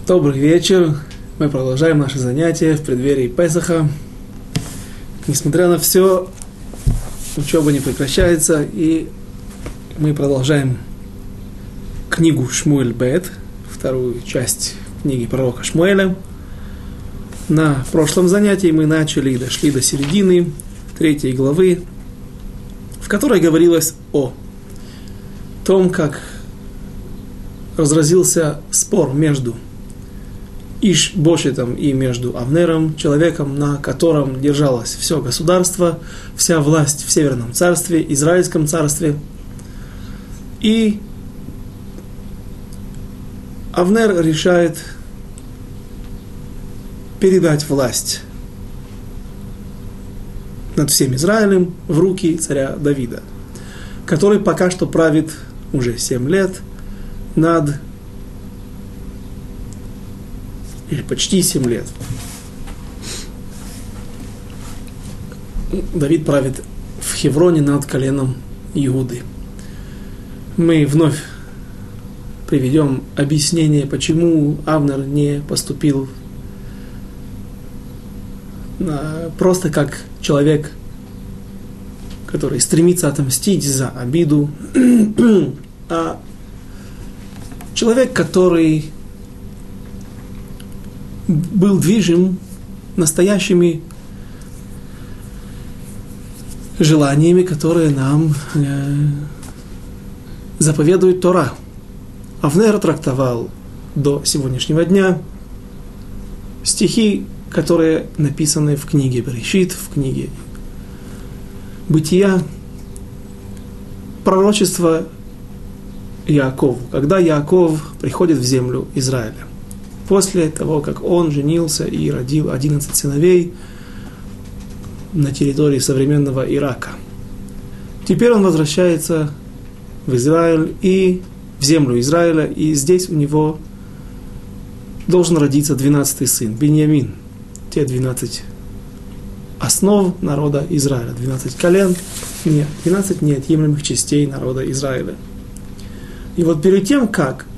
Добрый вечер. Мы продолжаем наши занятия в преддверии Песаха. Несмотря на все, учеба не прекращается, и мы продолжаем книгу Шмуэль Бет, вторую часть книги пророка Шмуэля. На прошлом занятии мы начали и дошли до середины 3 главы, в которой говорилось о том, как разразился спор между Иш-Бошетом и между Авнером, человеком, на котором держалось все государство, вся власть в Северном царстве, Израильском царстве. И Авнер решает передать власть над всем Израилем в руки царя Давида, который пока что правит уже 7 лет над, или почти 7 лет. Давид правит в Хевроне над коленом Иуды. Мы вновь приведем объяснение, почему Авнер не поступил просто как человек, который стремится отомстить за обиду, а человек, который был движим настоящими желаниями, которые нам заповедует Тора. Авнер трактовал до сегодняшнего дня стихи, которые написаны в книге Берешит, в книге Бытия, пророчество Яакову, когда Яаков приходит в землю Израиля. После того, как он женился и родил 11 сыновей на территории современного Ирака. Теперь он возвращается в Израиль и в землю Израиля, и здесь у него должен родиться 12-й сын, Биньямин. Те 12 основ народа Израиля, 12 колен, нет, 12 неотъемлемых частей народа Израиля. И вот перед тем, как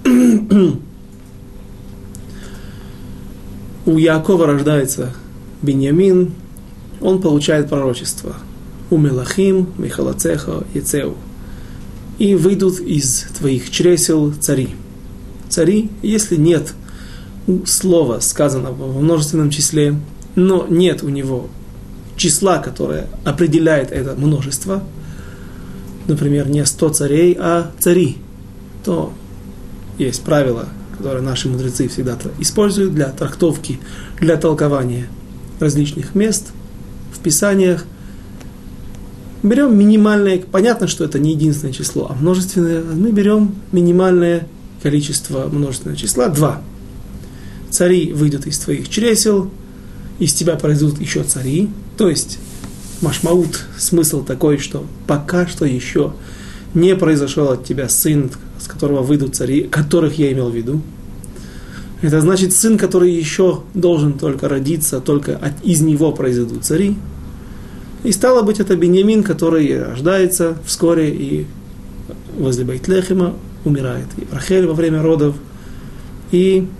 у Яакова рождается Биньямин, он получает пророчество. У Мелахим, Михалацеха, Ецеу. И выйдут из твоих чресел цари. Цари, если нет слова, сказанного во множественном числе, но нет у него числа, которое определяет это множество, например, не 100 царей, а цари, то есть правило, которые наши мудрецы всегда используют для трактовки, для толкования различных мест в Писаниях. Берем минимальное, понятно, что это не единственное число, а множественное, мы берем минимальное количество множественного числа, 2. Цари выйдут из твоих чресел, из тебя произойдут еще цари, то есть машмаут, смысл такой, что пока что еще не произошел от тебя сын, с которого выйдут цари, которых я имел в виду. Это значит, сын, который еще должен только родиться, только из него произойдут цари. И стало быть, это Биньямин, который рождается вскоре и возле Бейт-Лехема умирает. И Рахель во время родов. И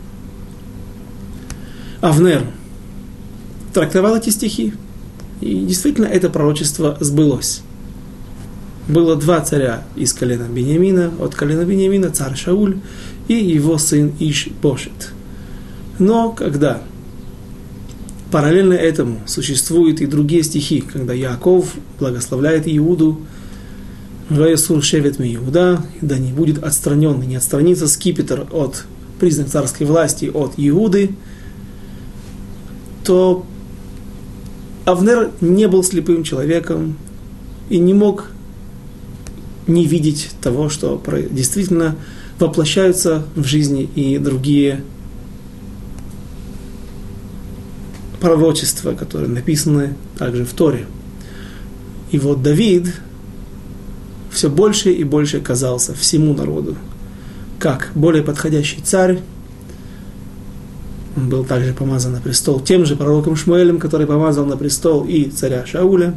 Авнер трактовал эти стихи. И действительно, это пророчество сбылось. Было 2 царя из колена Биньямина, от колена Биньямина царь Шауль и его сын Иш-Бошет. Но когда параллельно этому существуют и другие стихи, когда Яаков благословляет Иуду, «Ваесур шевет ми Иуда», да не будет отстранен, не отстранится скипетр от признак царской власти от Иуды, то Авнер не был слепым человеком и не мог не видеть того, что действительно воплощаются в жизни и другие пророчества, которые написаны также в Торе. И вот Давид все больше и больше казался всему народу как более подходящий царь. Он был также помазан на престол тем же пророком Шмуэлем, который помазал на престол и царя Шауля.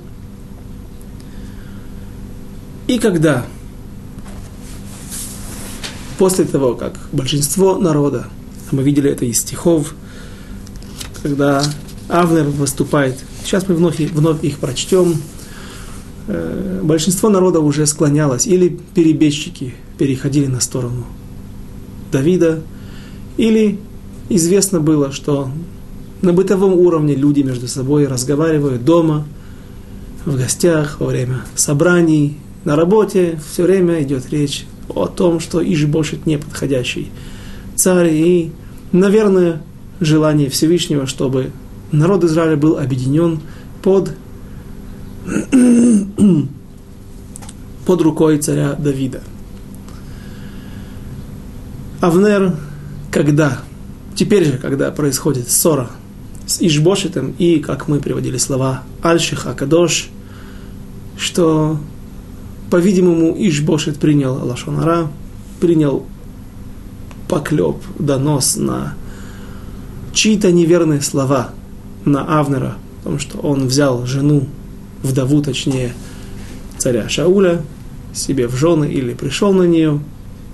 И когда после того, как большинство народа Мы видели это из стихов, когда Авнер выступает. Сейчас мы вновь их прочтем. Большинство народа уже склонялось, или перебежчики переходили на сторону Давида, или известно было, что на бытовом уровне люди между собой разговаривают дома, в гостях, во время собраний, на работе. Все время идет речь о том, что Иш-бошет неподходящий царь, и, наверное, желание Всевышнего, чтобы народ Израиля был объединен под рукой царя Давида. Авнер, теперь же, когда происходит ссора с Иш-бошетом, и, как мы приводили слова Аль-Ших Акадош, что, по-видимому, Иш-бошет принял лашон ара, принял поклеп, донос на чьи-то неверные слова на Авнера, потому что он взял жену, вдову, точнее, царя Шауля, себе в жены или пришел на нее.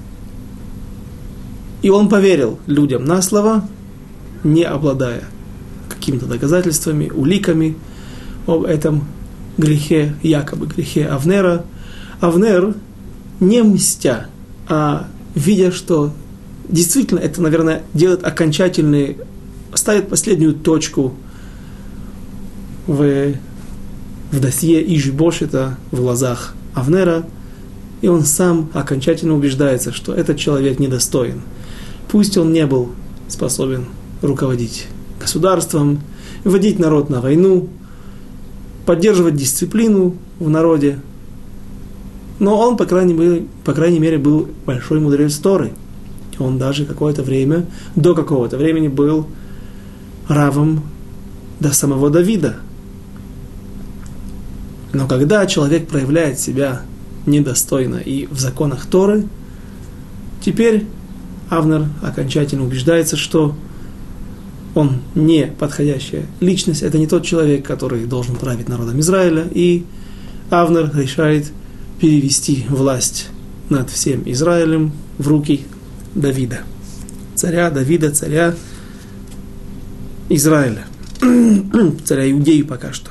И он поверил людям на слово, не обладая какими-то доказательствами, уликами об этом грехе, якобы грехе Авнера. Авнер, не мстя, а видя, что действительно это, наверное, делает ставит последнюю точку в досье Иш-бошета в глазах Авнера, и он сам окончательно убеждается, что этот человек недостоин. Пусть он не был способен руководить государством, вводить народ на войну, поддерживать дисциплину в народе, но он, по крайней мере, был большой мудрец Торы. Он даже до какого-то времени был равом до самого Давида. Но когда человек проявляет себя недостойно и в законах Торы, теперь Авнер окончательно убеждается, что он не подходящая личность, это не тот человек, который должен править народом Израиля, и Авнер решает перевести власть над всем Израилем в руки Давида, царя Давида, царя Израиля, царя Иудеи пока что.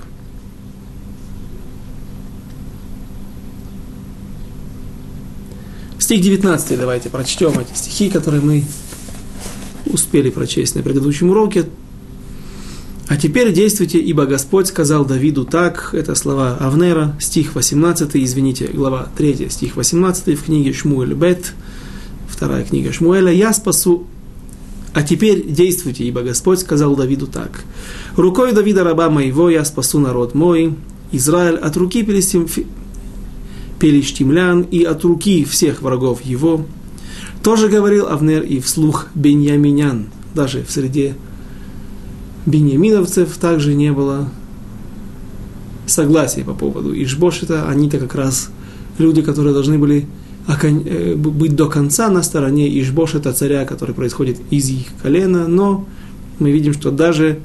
Стих 19, давайте прочтем эти стихи, которые мы успели прочесть на предыдущем уроке. «А теперь действуйте, ибо Господь сказал Давиду так». Это слова Авнера, стих 18, глава 3, стих 18 в книге Шмуэль Бет, вторая книга Шмуэля. «Я спасу». «А теперь действуйте, ибо Господь сказал Давиду так. Рукой Давида раба моего я спасу народ мой, Израиль, от руки пелиштимлян и от руки всех врагов его». Тоже говорил Авнер и вслух беньяминян. Даже в среде беньяминовцев также не было согласия по поводу Иш-бошета. Они-то как раз люди, которые должны были быть до конца на стороне Иш-бошета, царя, который происходит из их колена. Но мы видим, что даже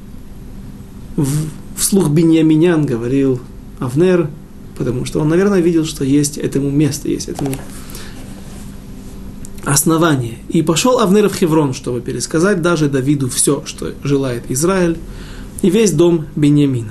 вслух беньяминян говорил Авнер, потому что он, наверное, видел, что есть этому место, есть этому основание. И пошел Авнер в Хеврон, чтобы пересказать даже Давиду все, что желает Израиль, и весь дом Беньямина.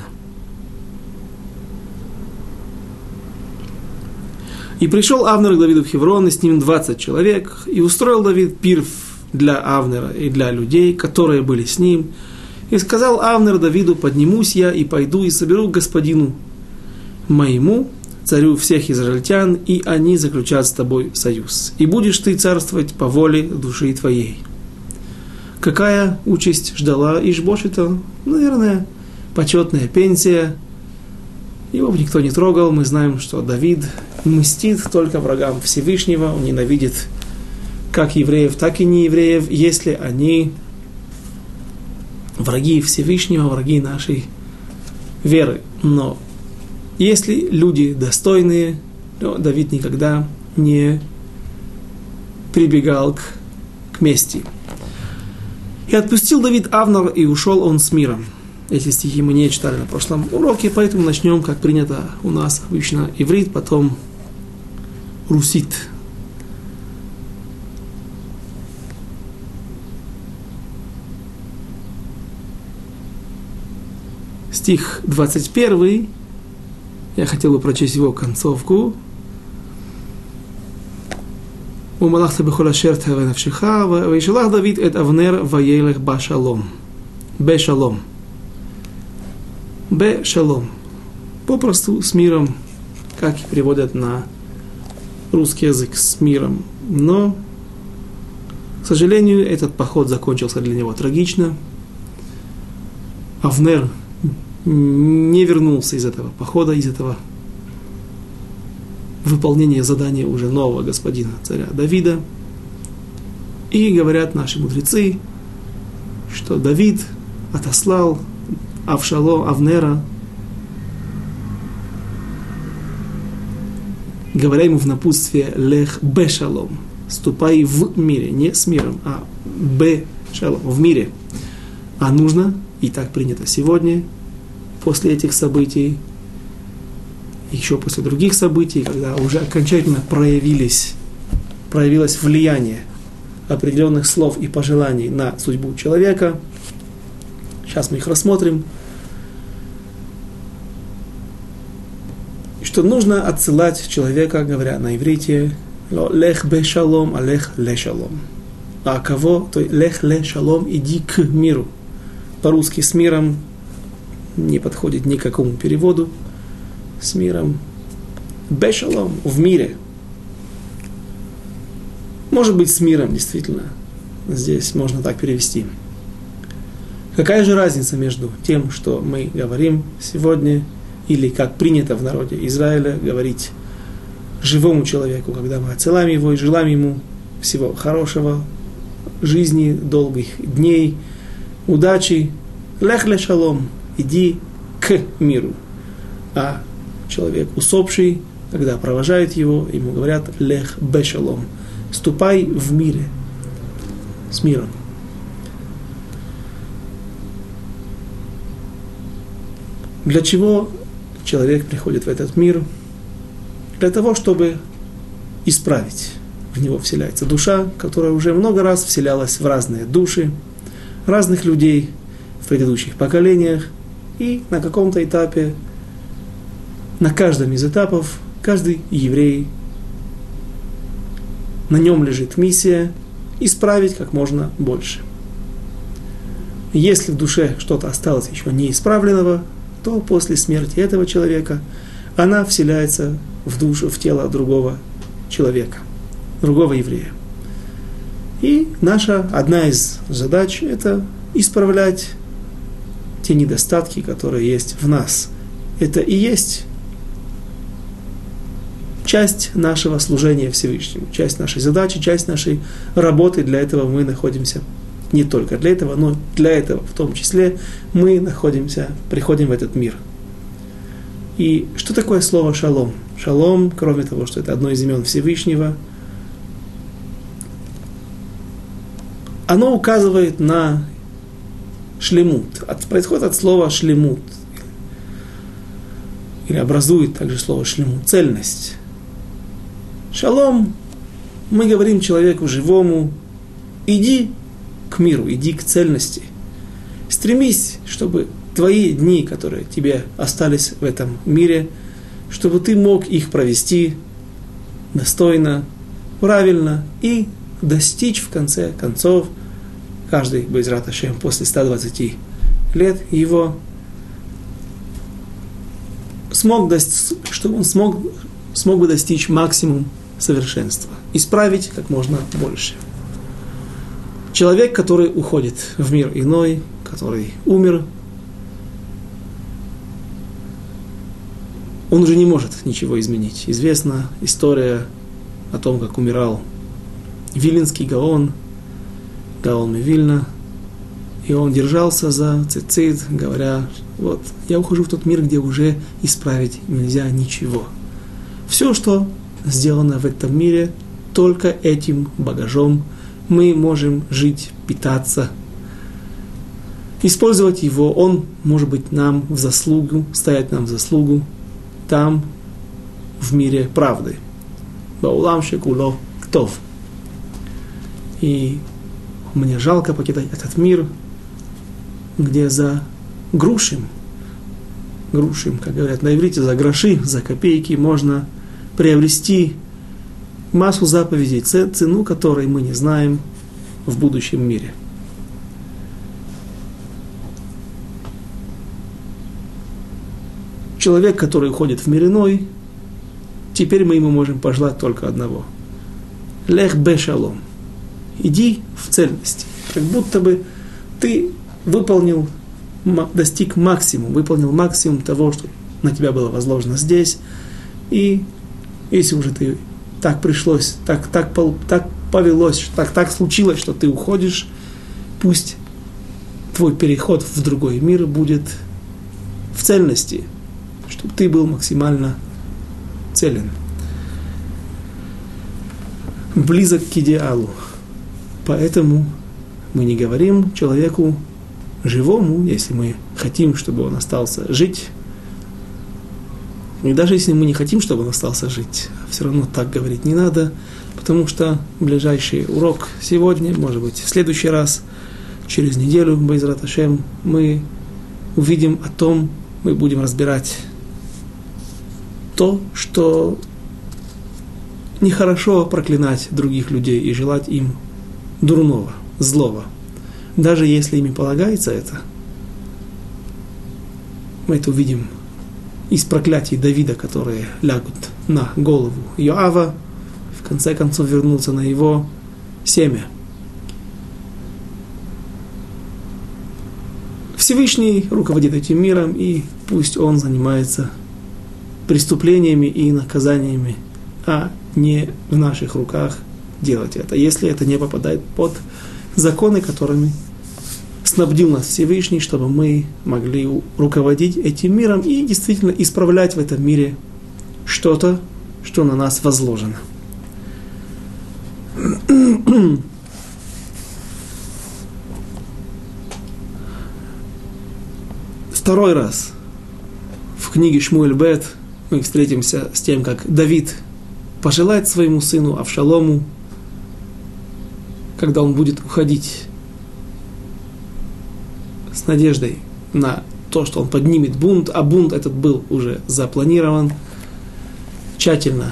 И пришел Авнер к Давиду в Хеврон, и с ним 20 человек, и устроил Давид пир для Авнера и для людей, которые были с ним. И сказал Авнер Давиду: «Поднимусь я и пойду и соберу к господину моему, царю всех израильтян, и они заключат с тобой союз. И будешь ты царствовать по воле души твоей». Какая участь ждала Иш-бошета? Наверное, почетная пенсия. Его бы никто не трогал. Мы знаем, что Давид мстит только врагам Всевышнего. Он ненавидит как евреев, так и неевреев, если они враги Всевышнего, враги нашей веры. Но если люди достойные, то Давид никогда не прибегал к мести. «И отпустил Давид Авнера, и ушел он с миром». Эти стихи мы не читали на прошлом уроке, поэтому начнем, как принято у нас обычно, иврит, потом русит. стих 21, я хотел бы прочесть его концовку. «Умалахта бехол ашер тхаве навшиха, ваишалах Давид эт Авнер ваейлех башалом». Бешалом. Бешалом. Попросту с миром, как и переводят на русский язык, с миром. Но, к сожалению, этот поход закончился для него трагично. Авнер не вернулся из этого похода, из этого выполнения задания уже нового господина, царя Давида. И говорят наши мудрецы, что Давид отослал Авнера, говоря ему в напутствие «Лех бешалом», «Ступай в мире», не с миром, а бешалом, в мире. А нужно, и так принято сегодня, после этих событий, еще после других событий, когда уже окончательно проявилось влияние определенных слов и пожеланий на судьбу человека. Сейчас мы их рассмотрим. Что нужно отсылать человека, говоря на иврите, «Лех бе шалом, а лех ле шалом». А кого? То есть «Лех ле шалом», иди к миру. По-русски с миром не подходит ни к какому переводу. С миром. Бе шалом, в мире. Может быть, с миром, действительно. Здесь можно так перевести. Какая же разница между тем, что мы говорим сегодня, или как принято в народе Израиля говорить живому человеку, когда мы отсылаем его и желаем ему всего хорошего, жизни, долгих дней, удачи. Лех ле шалом, иди к миру. А человек усопший, когда провожают его, ему говорят лех бе шалом, ступай в мире, с миром. Для чего человек приходит в этот мир? Для того, чтобы исправить. В него вселяется душа, которая уже много раз вселялась в разные души, разных людей в предыдущих поколениях. И на каком-то этапе, на каждом из этапов, каждый еврей, на нем лежит миссия исправить как можно больше. Если в душе что-то осталось еще неисправленного, то после смерти этого человека она вселяется в душу, в тело другого человека, другого еврея. И наша одна из задач – это исправлять те недостатки, которые есть в нас. Это и есть часть нашего служения Всевышнему, часть нашей задачи, часть нашей работы. Для этого мы находимся. Не только для этого, но для этого в том числе мы приходим в этот мир. И что такое слово «шалом»? Шалом, кроме того, что это одно из имен Всевышнего, оно указывает на шлемут. Происходит от слова «шлемут». Или образует также слово «шлемут» – цельность. Шалом, мы говорим человеку живому, иди к миру, иди к цельности. Стремись, чтобы твои дни, которые тебе остались в этом мире, чтобы ты мог их провести достойно, правильно и достичь в конце концов, каждый Бейзрат Ашем после 120 лет его чтобы он смог бы достичь максимум совершенства, исправить как можно больше. Человек, который уходит в мир иной, который умер, он уже не может ничего изменить. Известна история о том, как умирал Виленский Гаон Мивильна, и он держался за цицит, говоря, вот, я ухожу в тот мир, где уже исправить нельзя ничего. Все, что сделано в этом мире, только этим багажом мы можем жить, питаться, использовать его. Он может быть нам в заслугу, стоять нам в заслугу там, в мире правды. Баулам шекуло ктов. И мне жалко покидать этот мир, где за грушем грушим, как говорят на иврите, за гроши, за копейки можно приобрести массу заповедей, цену которой мы не знаем в будущем мире. Человек, который уходит в мир иной, теперь мы ему можем пожелать только одного. Лех бе шалом. Иди в цельности. Как будто бы ты достиг максимум, выполнил максимум того, что на тебя было возложено здесь. И если уже ты так пришлось, так повелось, так случилось, что ты уходишь, пусть твой переход в другой мир будет в цельности, чтобы ты был максимально целен, близок к идеалу. Поэтому мы не говорим человеку живому, если мы хотим, чтобы он остался жить. И даже если мы не хотим, чтобы он остался жить, все равно так говорить не надо, потому что ближайший урок сегодня, может быть, в следующий раз, через неделю, Бейзрат Ашем, мы увидим о том, мы будем разбирать то, что нехорошо проклинать других людей и желать им дурного, злого. Даже если ими полагается это, мы это увидим из проклятий Давида, которые лягут на голову Йоава, в конце концов вернутся на его семя. Всевышний руководит этим миром, и пусть он занимается преступлениями и наказаниями, а не в наших руках делать это, если это не попадает под законы, которыми снабдил нас Всевышний, чтобы мы могли руководить этим миром и действительно исправлять в этом мире что-то, что на нас возложено. Второй раз в книге Шмуэль Бет мы встретимся с тем, как Давид пожелает своему сыну Авшалому, когда он будет уходить с надеждой на то, что он поднимет бунт, а бунт этот был уже запланирован, тщательно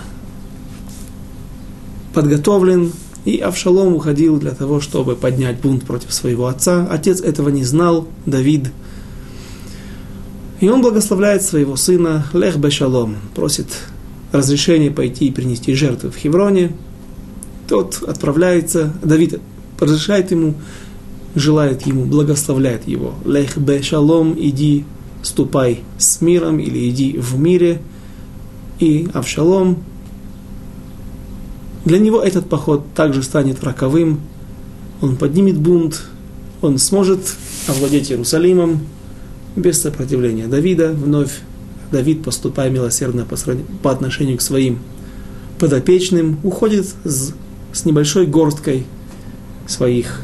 подготовлен, и Авшалом уходил для того, чтобы поднять бунт против своего отца. Отец этого не знал, Давид. И он благословляет своего сына Лех бе шалом, просит разрешения пойти и принести жертву в Хевроне. Тот отправляется, Давид разрешает ему, желает ему, благословляет его. Лех бе шалом, иди, ступай с миром или иди в мире. И Авшалом, для него этот поход также станет роковым. Он поднимет бунт, он сможет овладеть Иерусалимом без сопротивления Давида. Вновь Давид, поступая милосердно по отношению к своим подопечным, уходит с небольшой горсткой своих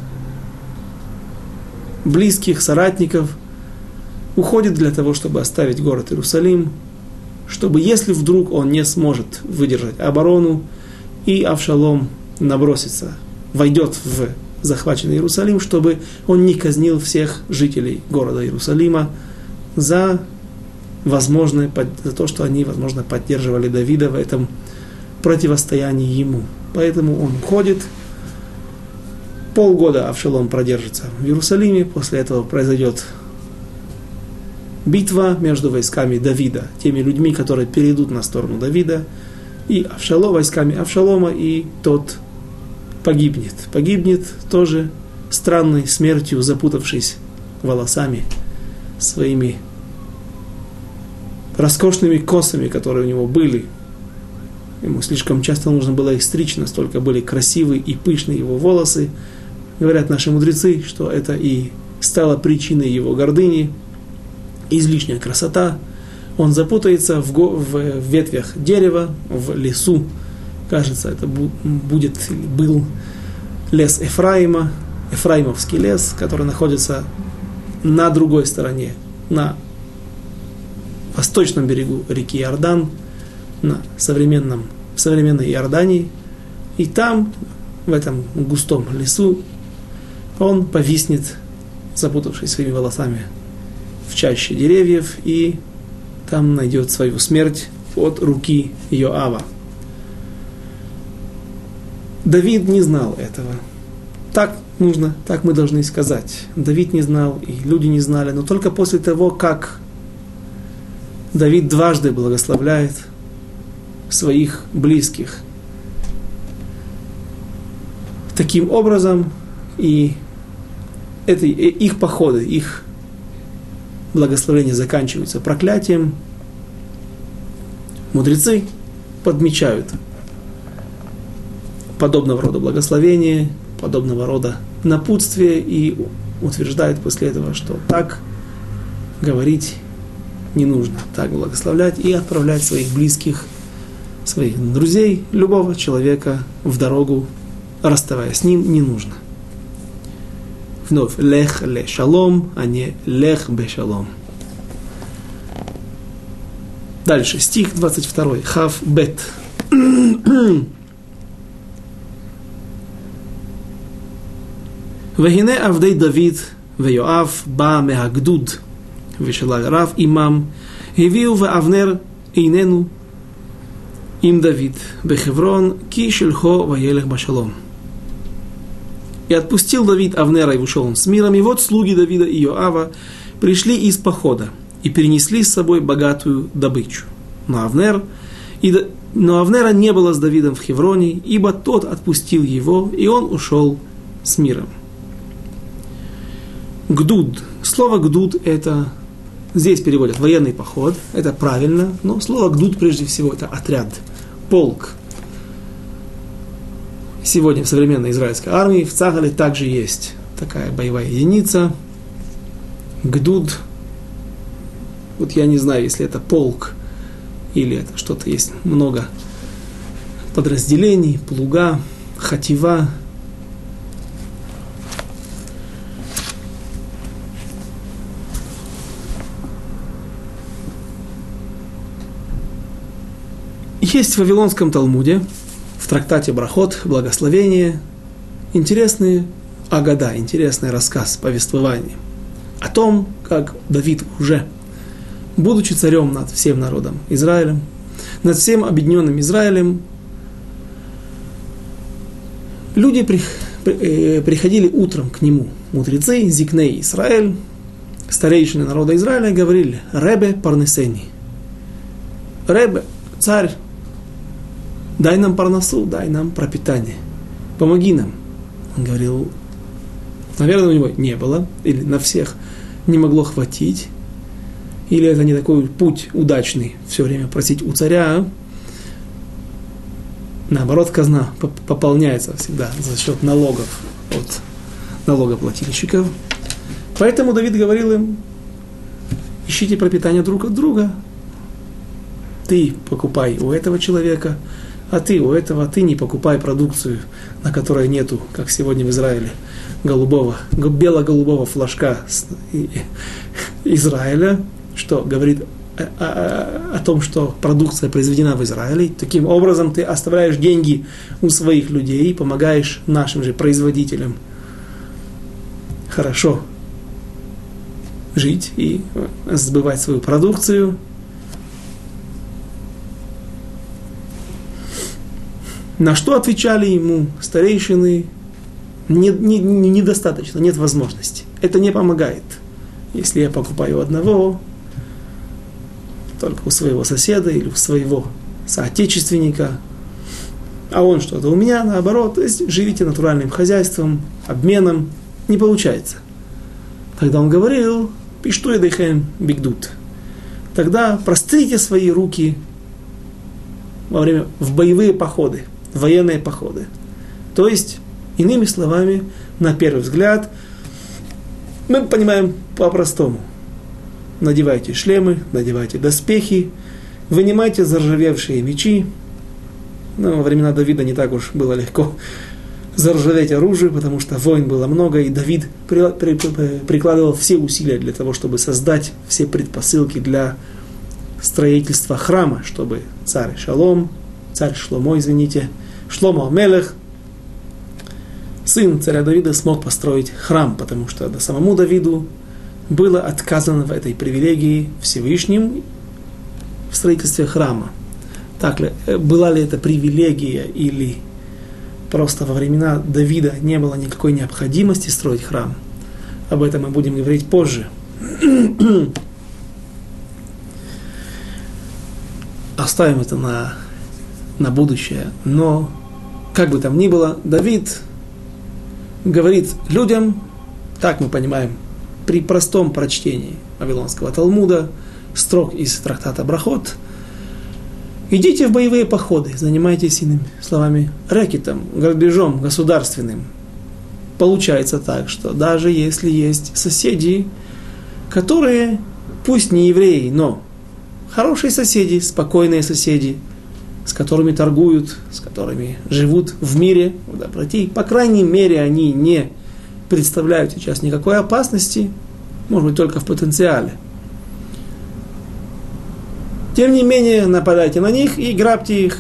близких, соратников, уходит для того, чтобы оставить город Иерусалим, чтобы, если вдруг он не сможет выдержать оборону, и Авшалом набросится, войдет в захваченный Иерусалим, чтобы он не казнил всех жителей города Иерусалима за то, что они, возможно, поддерживали Давида в этом противостоянии ему. Поэтому он уходит. Полгода Авшалом продержится в Иерусалиме, после этого произойдет битва между войсками Давида, теми людьми, которые перейдут на сторону Давида, и войсками Авшалома, и тот погибнет. Погибнет тоже странной смертью, запутавшись волосами, своими роскошными косами, которые у него были. Ему слишком часто нужно было их стричь, настолько были красивые и пышные его волосы. Говорят наши мудрецы, что это и стало причиной его гордыни, излишняя красота. Он запутается в ветвях дерева, в лесу. Кажется, это был лес Эфраима, Эфраимовский лес, который находится на другой стороне, на восточном берегу реки Иордан, на современной Иордании. И там, в этом густом лесу, он повиснет, запутавшись своими волосами в чаще деревьев, и там найдет свою смерть от руки Йоава. Давид не знал этого. Так нужно, так мы должны сказать. Давид не знал, и люди не знали, но только после того, как Давид дважды благословляет своих близких. Таким образом, и их походы, их благословения заканчиваются проклятием. Мудрецы подмечают подобного рода благословение, подобного рода напутствие и утверждают после этого, что так говорить не нужно, так благословлять и отправлять своих близких, своих друзей, любого человека в дорогу, расставаясь с ним, не нужно. Вновь, лех ле шалом, а не лех бе шалом. Дальше, стих 22, хав бет. Вегине авдей Давид веоав ба меагдуд вешелаг рав имам хевиу веавнер инену им Давид бехеврон ки шельхо ваелех башалом. И отпустил Давид Авнера, и ушел он с миром. И вот слуги Давида и Йоава пришли из похода и перенесли с собой богатую добычу. Но Авнера не было с Давидом в Хевроне, ибо тот отпустил его, и он ушел с миром. Гдуд. Слово гдуд это, здесь переводят военный поход, это правильно, но слово гдуд прежде всего это отряд, полк. Сегодня в современной израильской армии в Цахале также есть такая боевая единица, гдуд. Вот я не знаю, если это полк или это что-то, есть много подразделений, плуга, хатива. Есть в Вавилонском Талмуде, в трактате Брахот, благословение, интересные агада, интересный рассказ, повествование о том, как Давид уже, будучи царем над всем народом Израилем, над всем объединенным Израилем, люди приходили утром к нему, мудрецы, зикней Израиль, старейшины народа Израиля, говорили: «Ребе парнесени». Ребе, царь, дай нам парнасу, дай нам пропитание, помоги нам. Он говорил, наверное, у него не было, или на всех не могло хватить, или это не такой путь удачный, все время просить у царя. Наоборот, казна пополняется всегда за счет налогов от налогоплательщиков. Поэтому Давид говорил им: ищите пропитание друг от друга. Ты покупай у этого человека, а ты у этого, ты не покупай продукцию, на которой нету, как сегодня в Израиле, бело-голубого флажка Израиля, что говорит о том, что продукция произведена в Израиле. Таким образом, ты оставляешь деньги у своих людей, помогаешь нашим же производителям хорошо жить и сбывать свою продукцию. На что отвечали ему старейшины: недостаточно, нет возможности. Это не помогает. Если я покупаю одного, только у своего соседа или у своего соотечественника, а он что-то у меня, наоборот, то есть живите натуральным хозяйством, обменом, не получается. Тогда он говорил: «Пишту эдэхэм бигдут». Тогда прострите свои руки в боевые походы, в военные походы. То есть, иными словами, на первый взгляд, мы понимаем по-простому. Надевайте шлемы, надевайте доспехи, вынимайте заржавевшие мечи. Но во времена Давида не так уж было легко заржаветь оружие, потому что войн было много, и Давид прикладывал все усилия для того, чтобы создать все предпосылки для строительства храма, чтобы царь Шломо, Шломо Амелех, сын царя Давида, смог построить храм, потому что самому Давиду было отказано в этой привилегии Всевышним, в строительстве храма. Так ли, была ли это привилегия или просто во времена Давида не было никакой необходимости строить храм? Об этом мы будем говорить позже. Оставим это на будущее. Но, как бы там ни было, Давид говорит людям, так мы понимаем, при простом прочтении Вавилонского Талмуда, строк из трактата Брахот: идите в боевые походы, занимайтесь, иными словами, рэкетом, грабежом государственным. Получается так, что даже если есть соседи, которые, пусть не евреи, но хорошие соседи, спокойные соседи, с которыми торгуют, с которыми живут в мире, в доброте, по крайней мере, они не представляют сейчас никакой опасности, может быть, только в потенциале. Тем не менее, нападайте на них и грабьте их.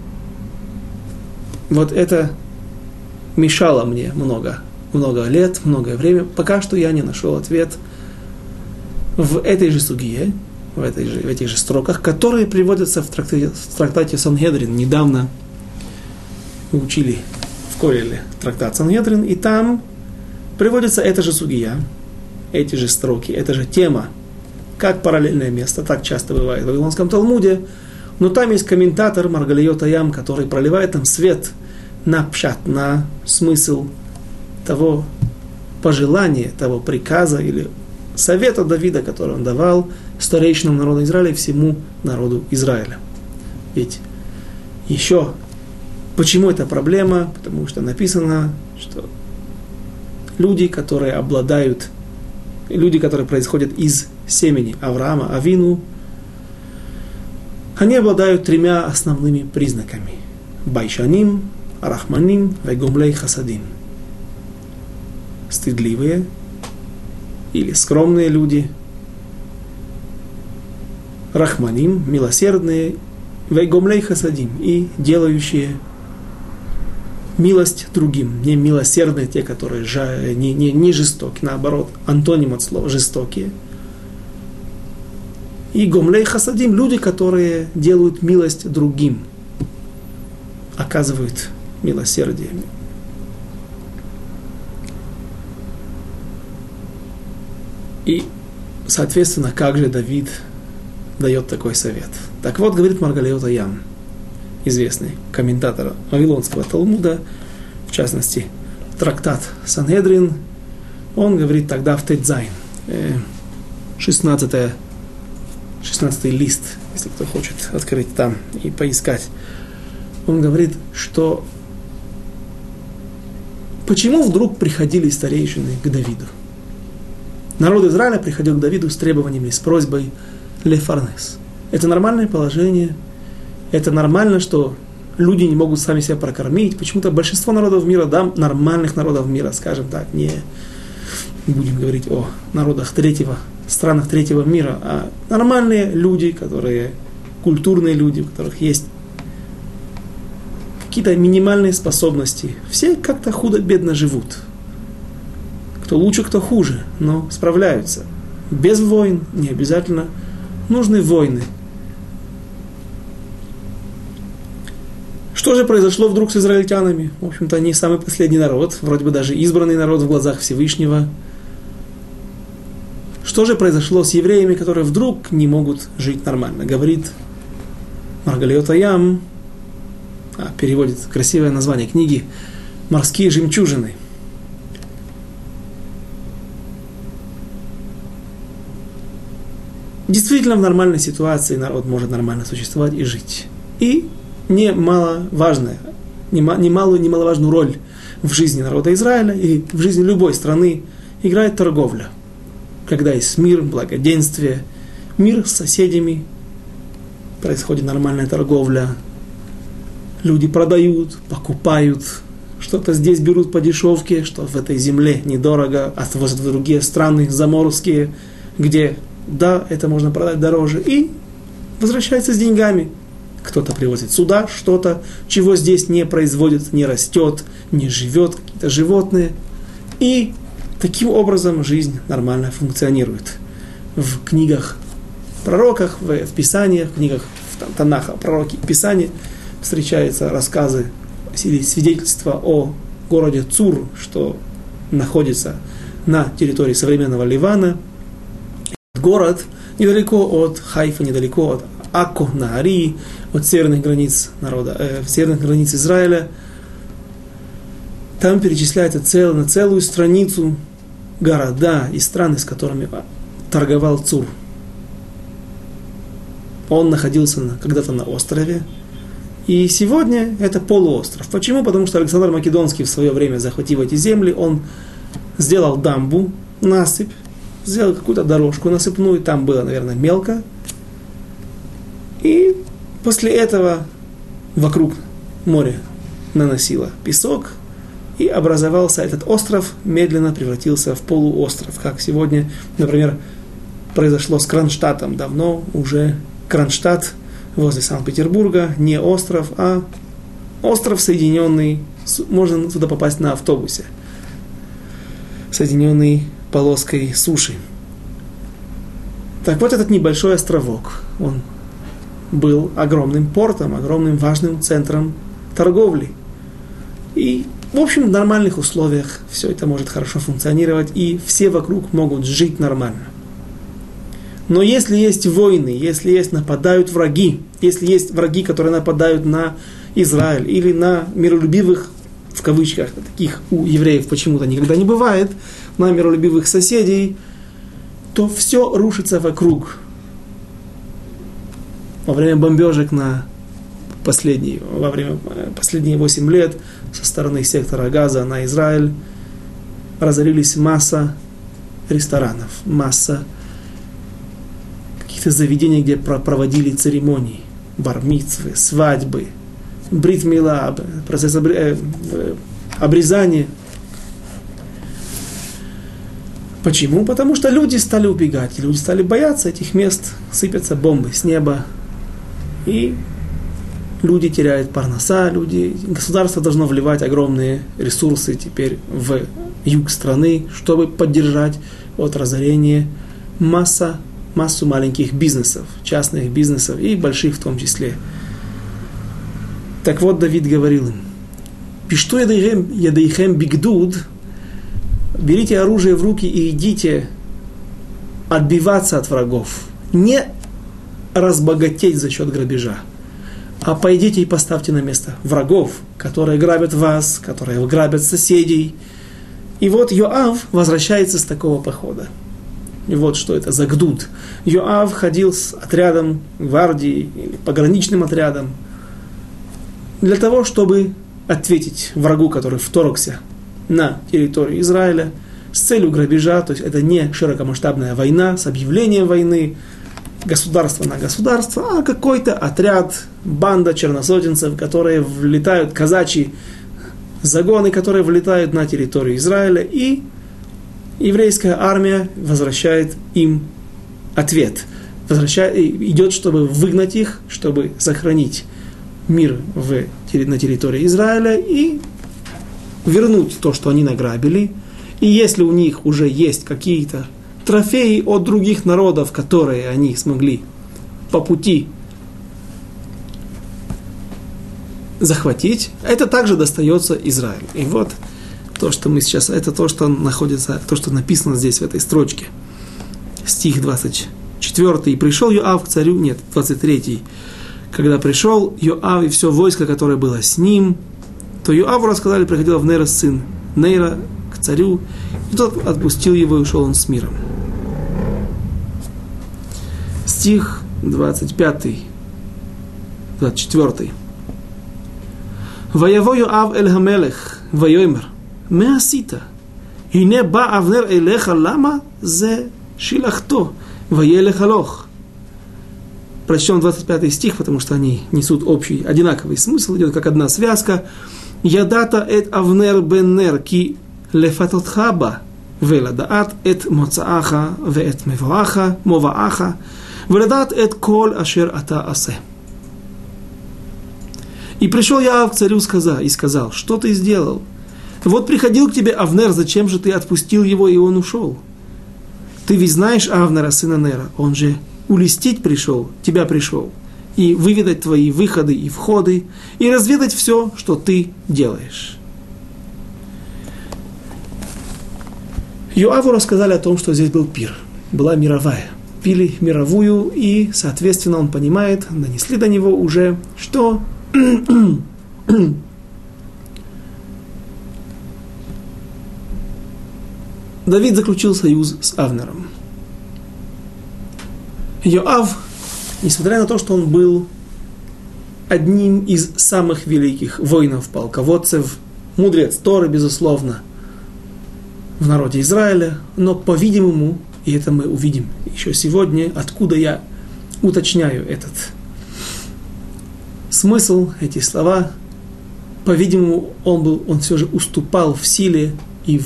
Вот это мешало мне много лет, многое время. Пока что я не нашел ответ в этой же сугие, в этих же строках, которые приводятся в трактате Сангедрин. Недавно мы учили в Колеле трактат Сангедрин, и там приводится эта же сугия, эти же строки, эта же тема, как параллельное место, так часто бывает в Вавилонском Талмуде, но там есть комментатор Маргалиот Аям, который проливает нам свет на пшат, на смысл того пожелания, того приказа или совета Давида, который он давал старейшинам народа Израиля и всему народу Израиля. Ведь еще, почему это проблема? Потому что написано, что люди, которые происходят из семени Авраама, Авину, они обладают 3 основными признаками: байшаним, рахманим, вегумлей хасадим. Стыдливые или скромные люди, рахманим, милосердные, вегумлей хасадим, и делающие милость другим, не милосердные, те, которые не жестоки, наоборот, антоним от слова жестокие. И гомлей хасадим, люди, которые делают милость другим, оказывают милосердие. И, соответственно, как же Давид дает такой совет? Так вот, говорит Маргалиот Аям, известный комментатор Вавилонского Талмуда, в частности, трактат Сангедрин, он говорит тогда в Тейдзайн, 16 лист, если кто хочет открыть там и поискать. Он говорит, что почему вдруг приходили старейшины к Давиду? Народ Израиля приходил к Давиду с требованиями, с просьбой лефарнес. Это нормальное положение. Это нормально, что люди не могут сами себя прокормить. Почему-то большинство народов мира, да, нормальных народов мира, скажем так, не будем говорить о народах странах третьего мира, а нормальные люди, которые культурные люди, у которых есть какие-то минимальные способности. Все как-то худо-бедно живут. Кто лучше, кто хуже, но справляются. Без войн, не обязательно нужны войны. Что же произошло вдруг с израильтянами? В общем-то, они самый последний народ, вроде бы даже избранный народ в глазах Всевышнего. Что же произошло с евреями, которые вдруг не могут жить нормально? Говорит Маргалиот Аям, переводит красивое название книги «Морские жемчужины». Действительно, в нормальной ситуации народ может нормально существовать и жить. И немаловажную роль в жизни народа Израиля и в жизни любой страны играет торговля. Когда есть мир, благоденствие, мир с соседями, происходит нормальная торговля, люди продают, покупают, что-то здесь берут по дешевке, что в этой земле недорого, отвозят в другие страны заморские, где, да, это можно продать дороже, и возвращается с деньгами. Кто-то привозит сюда что-то, чего здесь не производит, не растет, не живет, какие-то животные. И таким образом жизнь нормально функционирует. В книгах пророках, в Писаниях, в книгах Танаха, пророки Писания встречаются рассказы или свидетельства о городе Цур, что находится на территории современного Ливана. Город недалеко от Хайфа, недалеко от Акко, Наарии, от северных границ северных границ Израиля. Там перечисляется на целую страницу города и страны, с которыми торговал Цур. Он находился когда-то на острове, и сегодня это полуостров. Почему? Потому что Александр Македонский в свое время, захватив эти земли, он сделал дамбу, насыпь, сделал какую-то дорожку насыпную, там было, наверное, мелко. И после этого вокруг море наносило песок, и образовался этот остров, медленно превратился в полуостров. Как сегодня, например, произошло с Кронштадтом. Давно уже Кронштадт возле Санкт-Петербурга не остров, а остров, соединенный, можно туда попасть на автобусе, соединенный полоской суши. Так вот, этот небольшой островок, он был огромным портом, огромным важным центром торговли. И, в общем, в нормальных условиях все это может хорошо функционировать, и все вокруг могут жить нормально. Но если есть войны, если есть нападают враги, если есть враги, которые нападают на Израиль или на миролюбивых, в кавычках, таких у евреев почему-то никогда не бывает, на миролюбивых соседей, то все рушится вокруг. Во время бомбежек во время последние 8 лет со стороны сектора Газа на Израиль разорились масса ресторанов, масса каких-то заведений, где проводили церемонии, бар-мицвы, свадьбы, брит-мила, процесс обрезания. Почему? Потому что люди стали убегать, люди стали бояться этих мест, сыпятся бомбы с неба, и люди теряют парноса, государство должно вливать огромные ресурсы теперь в юг страны, чтобы поддержать от разорения массу маленьких бизнесов, частных бизнесов и больших в том числе. Так вот, Давид говорил им: «Пишту ядейхем бигдуд», берите оружие в руки и идите отбиваться от врагов. Не разбогатеть за счет грабежа, а пойдите и поставьте на место врагов, которые грабят вас, которые грабят соседей. И вот Йоав возвращается с такого похода. И вот что это за гдуд. Йоав ходил с отрядом гвардии, или пограничным отрядом, для того, чтобы ответить врагу, который вторгся на территорию Израиля с целью грабежа. То есть это не широкомасштабная война с объявлением войны, государство на государство, а какой-то отряд, банда черносотенцев, которые влетают, казачьи загоны, которые влетают на территорию Израиля, и еврейская армия возвращает им ответ. Идет, чтобы выгнать их, чтобы сохранить мир на территории Израиля и вернуть то, что они награбили. И если у них уже есть какие-то трофеи от других народов, которые они смогли по пути захватить, это также достается Израилю. И вот то, что мы сейчас, это то, что находится, то, что написано здесь в этой строчке. Стих 24. «И пришел Йоав к царю», 23. «Когда пришел Йоав и все войско, которое было с ним, то Йоаву рассказали, приходил Авнер, сын Нейра, к царю, и тот отпустил его, и ушел он с миром». Стих 25, 24. «Ваяво Йоав эль хамелех, вайомер, ма асита? Ине ба Авнер элеха, лама зе шилахто, ваелех алох». Прочтем 25 стих, потому что они несут общий, одинаковый смысл, идет как одна связка. «Ядата эт Авнер бен Нер, ки лефатотхаба, веладаат эт моцааха, веэт мовааха, веладаат эт кол ашер ата асе». «И пришел я к царю и сказал: что ты сделал? Вот приходил к тебе Авнер, зачем же ты отпустил его, и он ушел? Ты ведь знаешь Авнера, сына Нера, он же улестить тебя пришел, и выведать твои выходы и входы, и разведать все, что ты делаешь. Йоаву рассказали о том, что здесь был пир, была мировая. Пили мировую, и, соответственно, он понимает, донесли до него уже, что Давид заключил союз с Авнером. Йоав, несмотря на то, что он был одним из самых великих воинов, полководцев, мудрец Торы, безусловно, в народе Израиля, но, по-видимому, и это мы увидим еще сегодня, откуда я уточняю этот смысл, эти слова, по-видимому, он все же уступал в силе и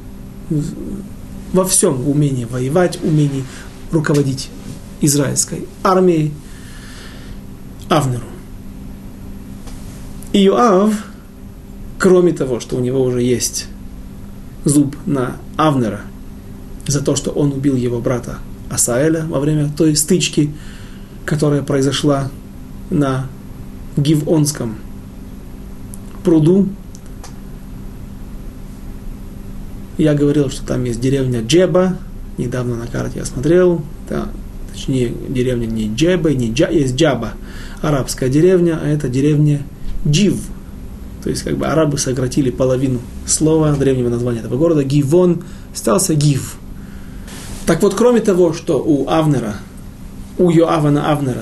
во всем, в умении воевать, умении руководить израильской армией Авнеру. И Йоав, кроме того, что у него уже есть зуб на Авнера за то, что он убил его брата Асаэля во время той стычки, которая произошла на Гивонском пруду. Я говорил, что там есть деревня Джеба. Недавно на карте я смотрел. Да, точнее, деревня не Джеба, есть Джаба, арабская деревня, а это деревня Джив. То есть, как бы арабы сократили половину слова древнего названия этого города. Гивон остался Гив. Так вот, кроме того, что у Йоава на Авнера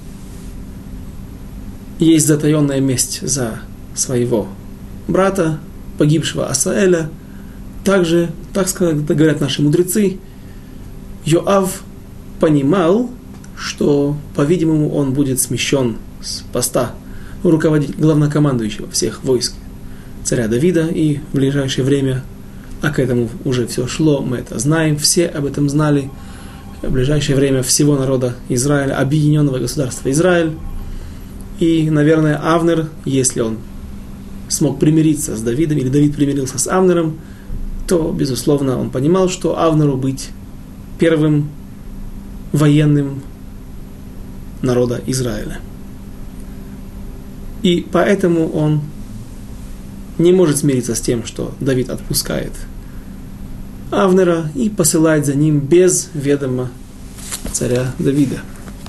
есть затаенная месть за своего брата, погибшего Асаэля, также, так говорят наши мудрецы, Йоав понимал, что, по-видимому, он будет смещен с поста главнокомандующего всех войск царя Давида, и в ближайшее время, а к этому уже все шло, мы это знаем, все об этом знали, в ближайшее время всего народа Израиля, объединенного государства Израиль, и, наверное, Авнер, если он смог примириться с Давидом, или Давид примирился с Авнером, то, безусловно, он понимал, что Авнеру быть первым военным народа Израиля. И поэтому он не может смириться с тем, что Давид отпускает Авнера и посылает за ним без ведома царя Давида.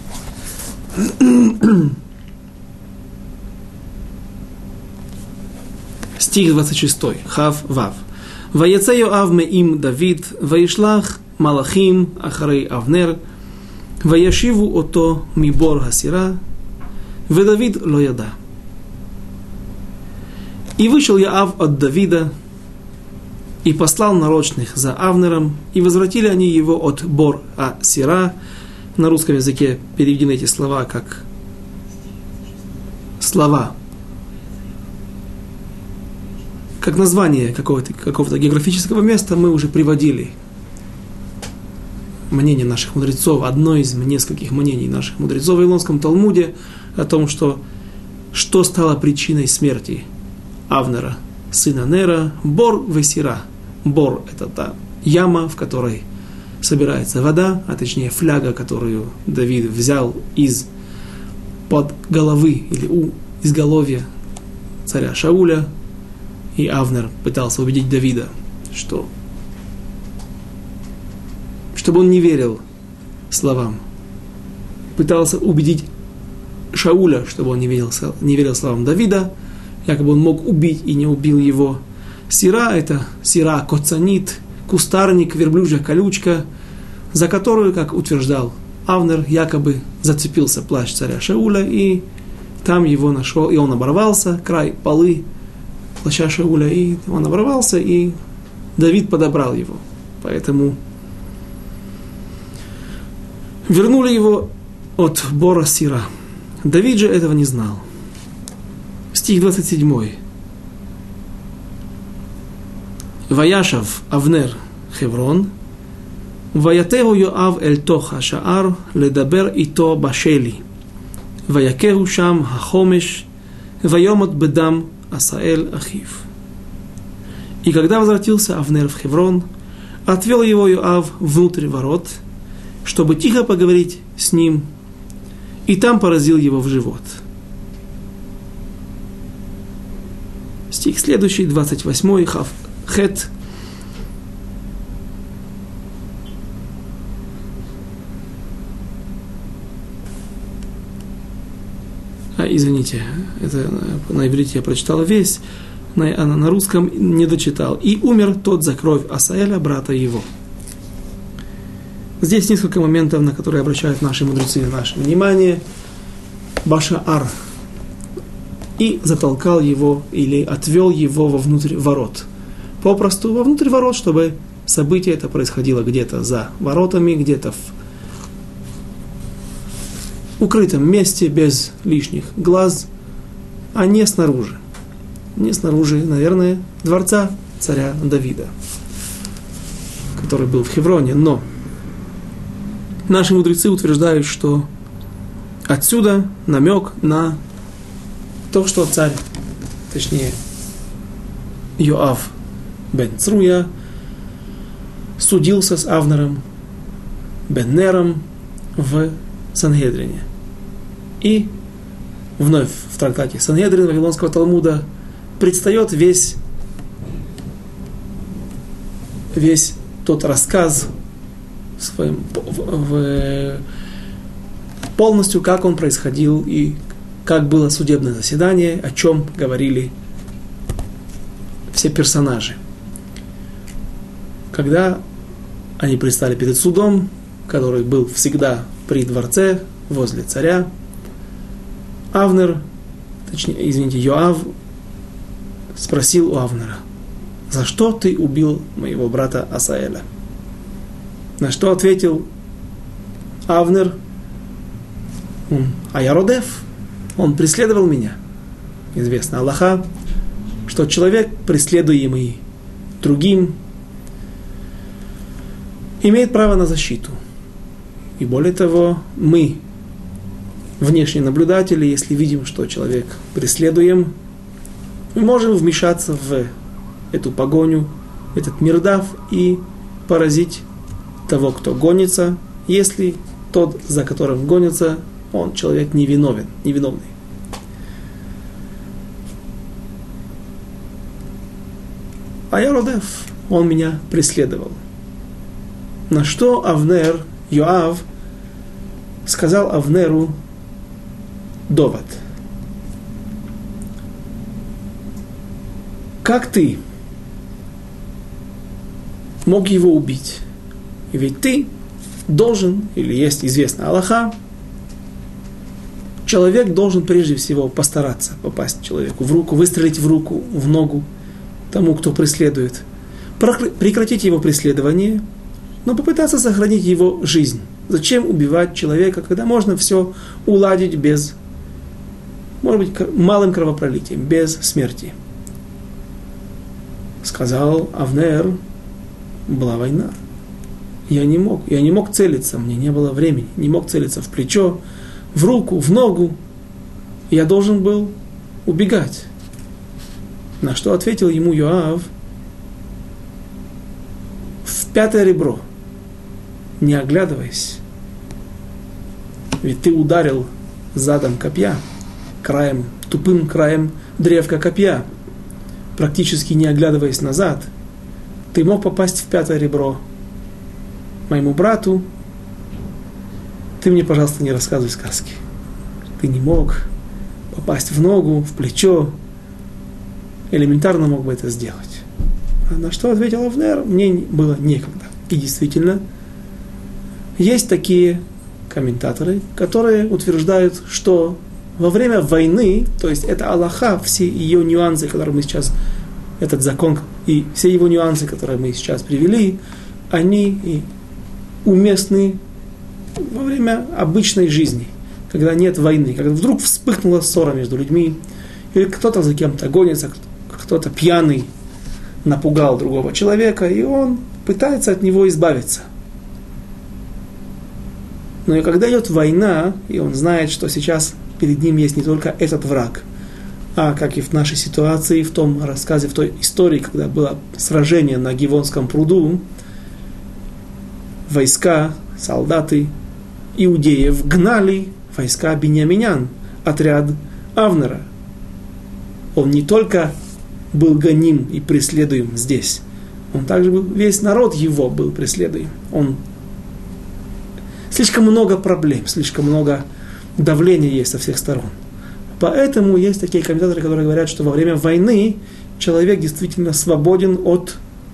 Стих 26. Хав Вав. Ваяце Йоав меим Давид, ваишлах малахим ахарей Авнер, ваяшиву ото мибор хасира, ведавид ло яда. И вышел Йоав от Давида, и послал нарочных за Авнером, и возвратили они его от Бор-а-Сира. На русском языке переведены эти слова как слова, как название какого-то географического места. Мы уже приводили мнение наших мудрецов, одно из нескольких мнений наших мудрецов в Вавилонском Талмуде о том, что стало причиной смерти Авнера, сына Нера, Бор-весира. Бор – это та яма, в которой собирается вода, а точнее фляга, которую Давид взял из-под головы или у изголовья царя Шауля. И Авнер пытался убедить Давида, чтобы он не верил словам. Пытался убедить Шауля, чтобы он не верил словам Давида, якобы он мог убить и не убил его. Сира – это сира коцанит, кустарник, верблюжья колючка, за которую, как утверждал Авнер, якобы зацепился плащ царя Шауля, и там его нашел, и он оборвался, край полы плаща Шауля, и он оборвался, и Давид подобрал его. Поэтому вернули его от Бора Сира. Давид же этого не знал. Стих 27. Ваяшав Авнер Хеврон, ваятеху Йоав эль toch השער לדבר איתו בשלי, ויקהו שם החומש, וימות בדם Асаэль Ахив. И когда возвратился Авнер в Хеврон, отвел его Йоав внутрь ворот, чтобы тихо поговорить с ним, и там поразил его в живот. Стих следующий, 28, Хет. Извините, это на иврите я прочитал весь, на русском не дочитал. И умер тот за кровь Асаэля, брата его. Здесь несколько моментов, на которые обращают наши мудрецы наше внимание. Башаар. И затолкал его или отвел его вовнутрь ворот. Попросту вовнутрь ворот, чтобы событие это происходило где-то за воротами, где-то в укрытом месте, без лишних глаз, а не снаружи. Не снаружи, наверное, дворца царя Давида, который был в Хевроне. Но наши мудрецы утверждают, что отсюда намек на то, что царь, точнее, Йоав бен Цруя, судился с Авнером бен Нером в Сангедрине. И вновь в трактате Сангедрин Вавилонского Талмуда предстает весь тот рассказ полностью, как он происходил и как было судебное заседание, о чем говорили все персонажи. Когда они предстали перед судом, который был всегда при дворце, возле царя, Йоав спросил у Авнера: за что ты убил моего брата Асаэля? На что ответил Авнер: а я Родеф, он преследовал меня. Известно Аллаха, что человек, преследуемый другим, имеет право на защиту. И более того, мы, внешние наблюдатели, если видим, что человек преследуем, мы можем вмешаться в эту погоню, этот мирдав, и поразить того, кто гонится, если тот, за которым гонится, он человек невиновный. А я Родеф, он меня преследовал. На что Авнер, Йоав, сказал Авнеру довод: как ты мог его убить? Ведь ты должен, или есть известно Аллаха, человек должен прежде всего постараться попасть человеку в руку, выстрелить в руку, в ногу тому, кто преследует, прекратить его преследование, но попытаться сохранить его жизнь. Зачем убивать человека, когда можно все уладить без, может быть, малым кровопролитием, без смерти? Сказал Авнер: была война. Я не мог целиться, мне не было времени, не мог целиться в плечо, в руку, в ногу. Я должен был убегать. На что ответил ему Йоав: в пятое ребро, не оглядываясь. Ведь ты ударил задом копья, тупым краем древка копья, практически не оглядываясь назад. Ты мог попасть в пятое ребро моему брату. Ты мне, пожалуйста, не рассказывай сказки. Ты не мог попасть в ногу, в плечо. Элементарно мог бы это сделать. А на что ответил Авнер: мне было некогда. И действительно, есть такие комментаторы, которые утверждают, что во время войны, то есть это Аллаха, все ее нюансы, которые мы сейчас, этот закон и все его нюансы, которые мы сейчас привели, они и уместны во время обычной жизни, когда нет войны, когда вдруг вспыхнула ссора между людьми, или кто-то за кем-то гонится, кто-то пьяный напугал другого человека, и он пытается от него избавиться. Но и когда идет война, и он знает, что сейчас перед ним есть не только этот враг, а как и в нашей ситуации, в том рассказе, в той истории, когда было сражение на Гивонском пруду, войска, солдаты иудеев гнали войска биньяминян, отряд Авнера. Он не только был гоним и преследуем здесь, он также был, весь народ его был преследуем. Слишком много проблем, слишком много давления есть со всех сторон. Поэтому есть такие комментаторы, которые говорят, что во время войны человек действительно свободен от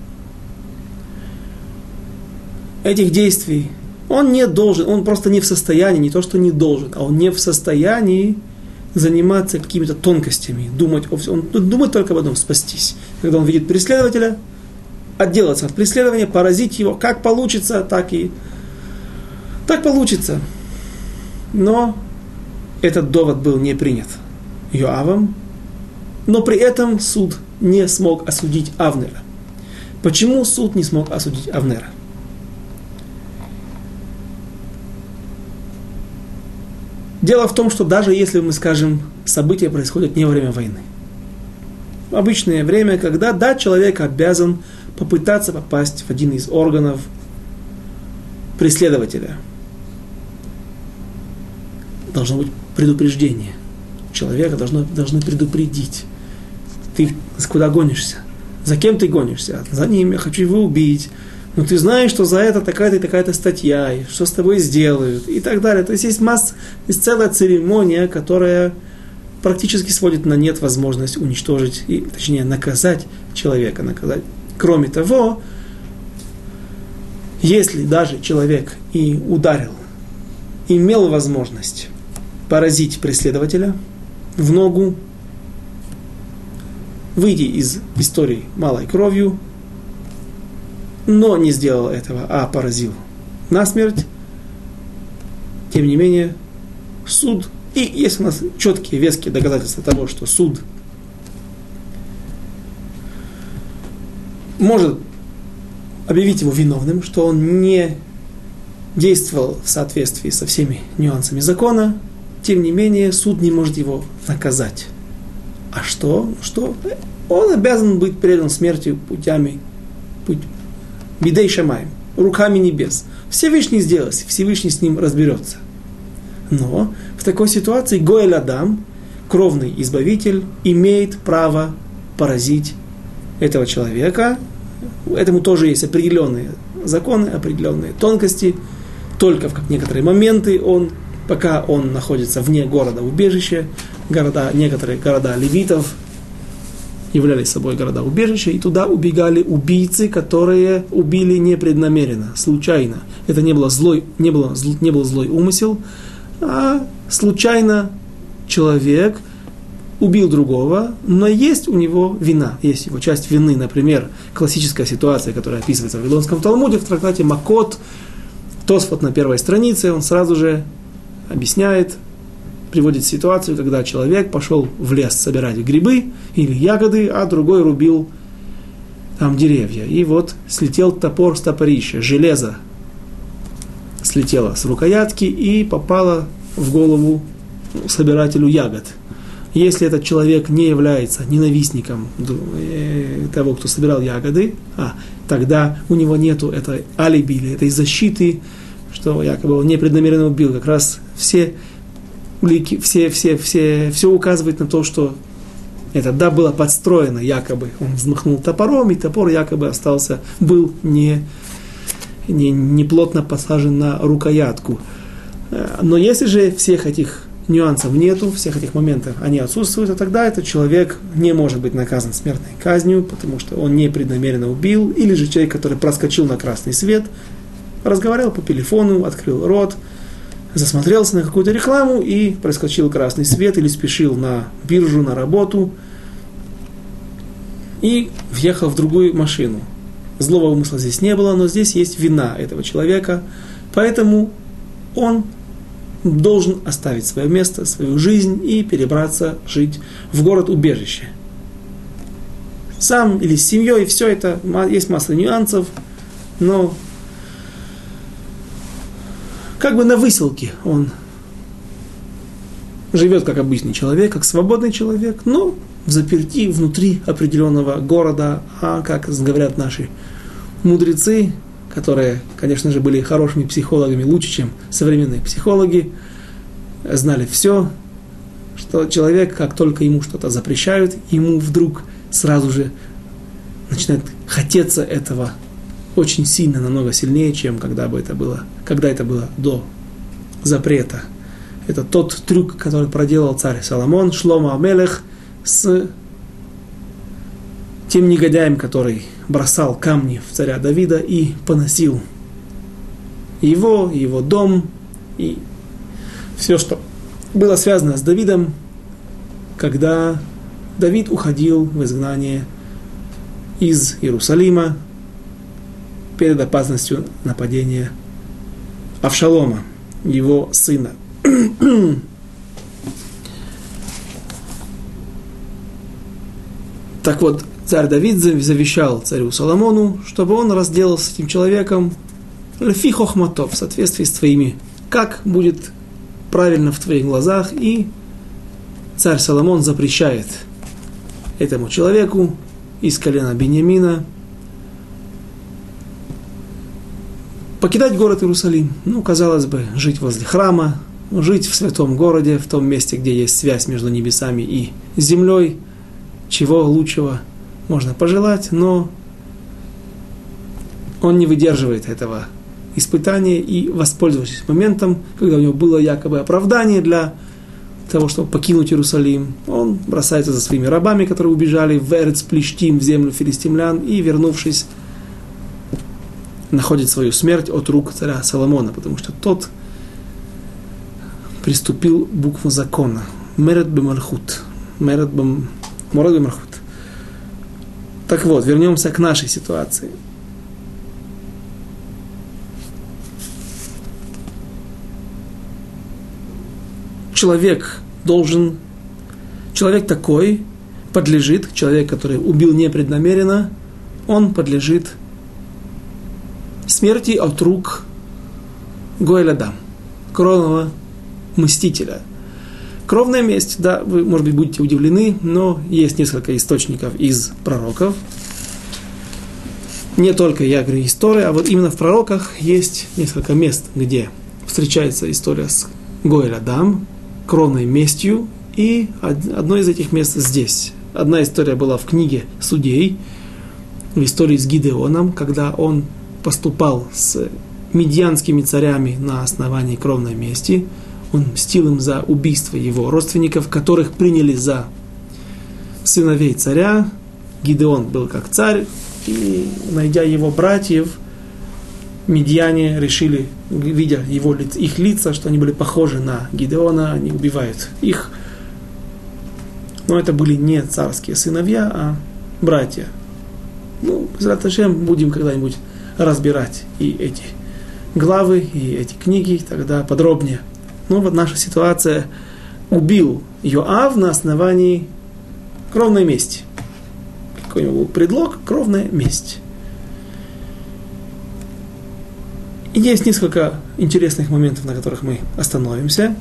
этих действий. Он не должен, он просто не в состоянии, не то что не должен, а он не в состоянии заниматься какими-то тонкостями, думать о всем. Он думает только об одном – спастись. Когда он видит преследователя, отделаться от преследования, поразить его, как получится, так получится. Но этот довод был не принят Йоавом, но при этом суд не смог осудить Авнера. Почему суд не смог осудить Авнера? Дело в том, что даже если мы скажем, события происходят не во время войны, в обычное время, когда, да, человек обязан попытаться попасть в один из органов преследователя, должно быть предупреждение. Человека должны предупредить. Ты куда гонишься? За кем ты гонишься? За ним, я хочу его убить. Но ты знаешь, что за это такая-то и такая-то статья, и что с тобой сделают, и так далее. То есть есть целая церемония, которая практически сводит на нет возможность уничтожить, точнее наказать человека. Кроме того, если даже человек и ударил, имел возможность поразить преследователя в ногу, выйти из истории малой кровью, но не сделал этого, а поразил насмерть, тем не менее, суд, и есть у нас четкие, веские доказательства того, что суд может объявить его виновным, что он не действовал в соответствии со всеми нюансами закона, тем не менее, суд не может его наказать. А что? Он обязан быть предан смертью путями бидей шамаим, руками небес. Всевышний сделает, Всевышний с ним разберется. Но в такой ситуации Гоэль Адам, кровный избавитель, имеет право поразить этого человека. Этому тоже есть определенные законы, определенные тонкости. Только в некоторые моменты пока он находится вне города-убежища, некоторые города левитов являлись собой города-убежища, и туда убегали убийцы, которые убили непреднамеренно, случайно. Это не был злой умысел, а случайно человек убил другого, но есть у него вина, есть его часть вины. Например, классическая ситуация, которая описывается в Вавилонском Талмуде, в трактате Макот, Тосфот на первой странице, он сразу же объясняет, приводит ситуацию, когда человек пошел в лес собирать грибы или ягоды, а другой рубил там деревья. И вот слетел топор с топорища, железо слетело с рукоятки и попало в голову собирателю ягод. Если этот человек не является ненавистником того, кто собирал ягоды, тогда у него нету этой алиби, или этой защиты, что якобы он непреднамеренно убил. Как раз все указывает на то, что это было подстроено, якобы он взмахнул топором, и топор якобы был не плотно посажен на рукоятку. Но если же всех этих нюансов нету, всех этих моментов они отсутствуют, то тогда этот человек не может быть наказан смертной казнью, потому что он непреднамеренно убил, или же человек, который проскочил на красный свет, разговаривал по телефону, открыл рот, засмотрелся на какую-то рекламу и проскочил красный свет, или спешил на биржу, на работу и въехал в другую машину. Злого умысла здесь не было, но здесь есть вина этого человека, поэтому он должен оставить свое место, свою жизнь и перебраться жить в город-убежище. Сам или с семьей, все это, есть масса нюансов, но как бы на выселке он живет как обычный человек, как свободный человек, но взаперти внутри определенного города, а как говорят наши мудрецы, которые, конечно же, были хорошими психологами, лучше, чем современные психологи, знали все, что человек, как только ему что-то запрещают, ему вдруг сразу же начинает хотеться этого очень сильно, намного сильнее, чем когда это было до запрета. Это тот трюк, который проделал царь Соломон, Шломо а-Мелех, с тем негодяем, который бросал камни в царя Давида и поносил его дом и все, что было связано с Давидом, когда Давид уходил в изгнание из Иерусалима перед опасностью нападения Авшалома, его сына. Так вот, царь Давид завещал царю Соломону, чтобы он разделался с этим человеком лефи хохматов, в соответствии с твоими, как будет правильно в твоих глазах, и царь Соломон запрещает этому человеку из колена Биньямина покидать город Иерусалим. Казалось бы, жить возле храма, жить в святом городе, в том месте, где есть связь между небесами и землей, чего лучшего можно пожелать, но он не выдерживает этого испытания и, воспользовавшись моментом, когда у него было якобы оправдание для того, чтобы покинуть Иерусалим, он бросается за своими рабами, которые убежали в Эрец Плиштим, в землю филистимлян, и, вернувшись, находит свою смерть от рук царя Соломона, потому что тот приступил букву закона. Мерет бемархут. Мерет бемархут. Так вот, вернемся к нашей ситуации. Человек такой подлежит, человек, который убил непреднамеренно, он подлежит смерти от рук Гоэль Адам, кровного мстителя. Кровная месть, да, вы, может быть, будете удивлены, но есть несколько источников из пророков. Не только, я говорю, история, а вот именно в пророках есть несколько мест, где встречается история с Гоэль Адам, кровной местью, и одно из этих мест здесь. Одна история была в книге Судей, в истории с Гидеоном, когда он поступал с медианскими царями на основании кровной мести. Он мстил им за убийство его родственников, которых приняли за сыновей царя. Гидеон был как царь, и, найдя его братьев, медиане решили, видя их лица, что они были похожи на Гидеона, они убивают их. Но это были не царские сыновья, а братья. Б'эзрат Ашем, будем когда-нибудь разбирать и эти главы, и эти книги, тогда подробнее. Вот наша ситуация. Убил Йоав на основании кровной мести. Какой у него был предлог? Кровная месть. И есть несколько интересных моментов, на которых мы остановимся.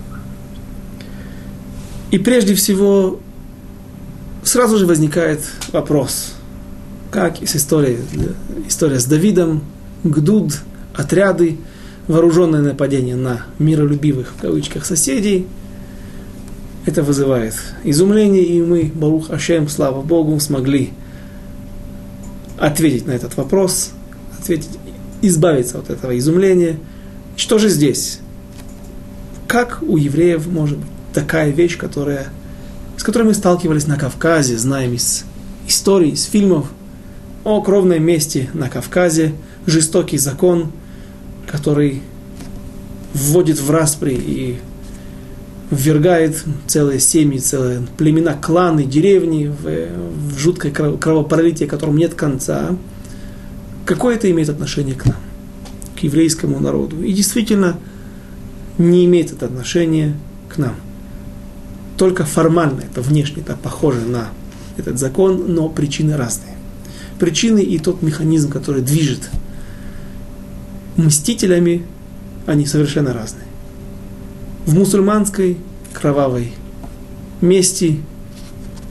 И прежде всего, сразу же возникает вопрос, как история с Давидом, Гдуд, отряды, вооруженное нападение на миролюбивых, в кавычках, соседей. Это вызывает изумление, и мы, Барух Ашем, слава Богу, смогли ответить на этот вопрос, избавиться от этого изумления. Что же здесь? Как у евреев может быть такая вещь, с которой мы сталкивались на Кавказе, знаем из историй, из фильмов о кровной мести на Кавказе, жестокий закон, который вводит в распри и ввергает целые семьи, целые племена, кланы, деревни в жуткое кровопролитие, которому нет конца. Какое это имеет отношение к нам, к еврейскому народу? И действительно не имеет это отношения к нам. Только формально, это внешне, это похоже на этот закон, но причины разные. Причины и тот механизм, который движет мстителями, они совершенно разные. В мусульманской кровавой мести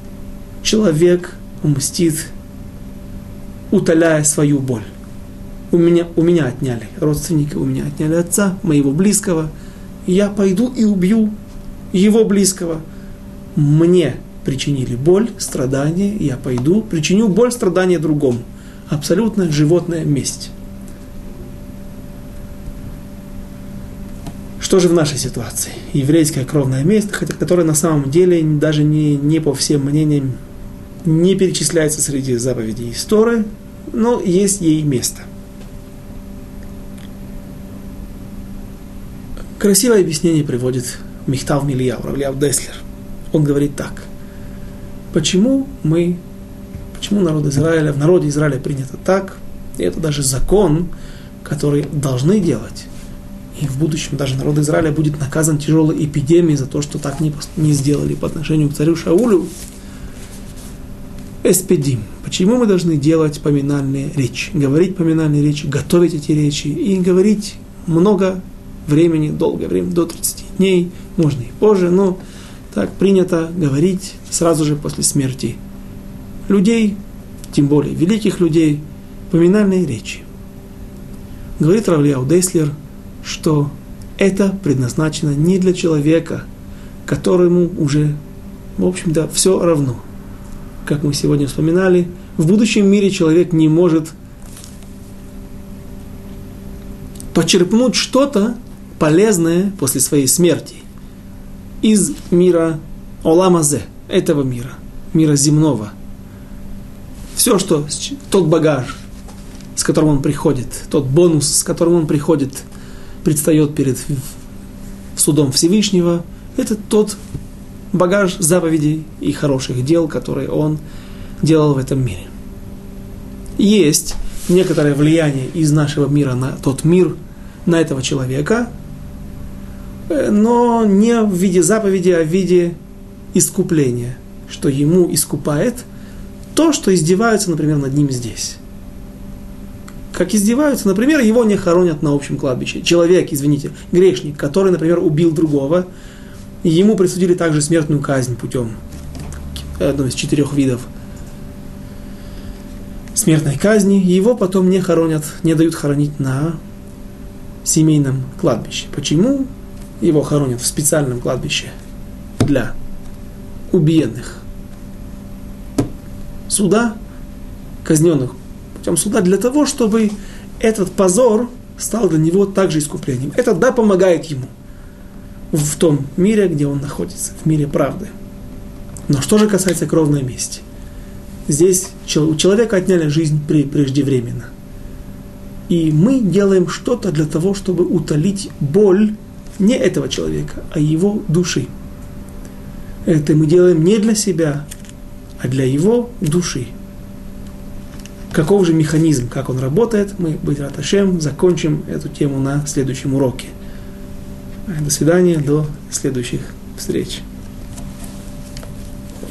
человек мстит, утоляя свою боль. у меня отняли родственники, у меня отняли отца, моего близкого, я пойду и убью его близкого. Мне причинили боль, страдания, я пойду, причиню боль, страдания другому. Абсолютно животная месть. Что же в нашей ситуации? Еврейская кровная месть, которая на самом деле даже не по всем мнениям не перечисляется среди заповедей Торы, но есть ей место. Красивое объяснение приводит Михтав Мильяу, Рав Элияу Деслер. Он говорит так. Почему в народе Израиля принято так, и это даже закон, который должны делать. И в будущем даже народ Израиля будет наказан тяжелой эпидемией за то, что так не сделали по отношению к царю Шаулю. Эспедим. Почему мы должны делать поминальные речи? Говорить поминальные речи, готовить эти речи и говорить много времени, долгое время, до 30 дней, можно и позже, но так принято говорить сразу же после смерти людей, тем более великих людей, поминальные речи. Говорит Рав Элияу Деслер, что это предназначено не для человека, которому уже, в общем-то, все равно. Как мы сегодня вспоминали, в будущем мире человек не может почерпнуть что-то полезное после своей смерти из мира Олам Азе, этого мира земного. Все, что тот багаж, с которым он приходит, тот бонус, с которым он приходит, предстает перед судом Всевышнего, это тот багаж заповедей и хороших дел, которые он делал в этом мире. Есть некоторое влияние из нашего мира на тот мир, на этого человека, но не в виде заповеди, а в виде искупления, что ему искупает то, что издеваются, например, над ним здесь. Как издеваются, например, его не хоронят на общем кладбище. Человек, грешник, который, например, убил другого, и ему присудили также смертную казнь путем одного из 4 видов смертной казни, его потом не хоронят, не дают хоронить на семейном кладбище. Почему? Его хоронят в специальном кладбище для убиенных суда, казненных путем суда, для того, чтобы этот позор стал для него также искуплением. Это помогает ему в том мире, где он находится, в мире правды. Но что же касается кровной мести? Здесь у человека отняли жизнь преждевременно. И мы делаем что-то для того, чтобы утолить боль не этого человека, а его души. Это мы делаем не для себя, а для его души. Каков же механизм, как он работает, мы, Бейтрат Ашем, закончим эту тему на следующем уроке. До свидания, до следующих встреч.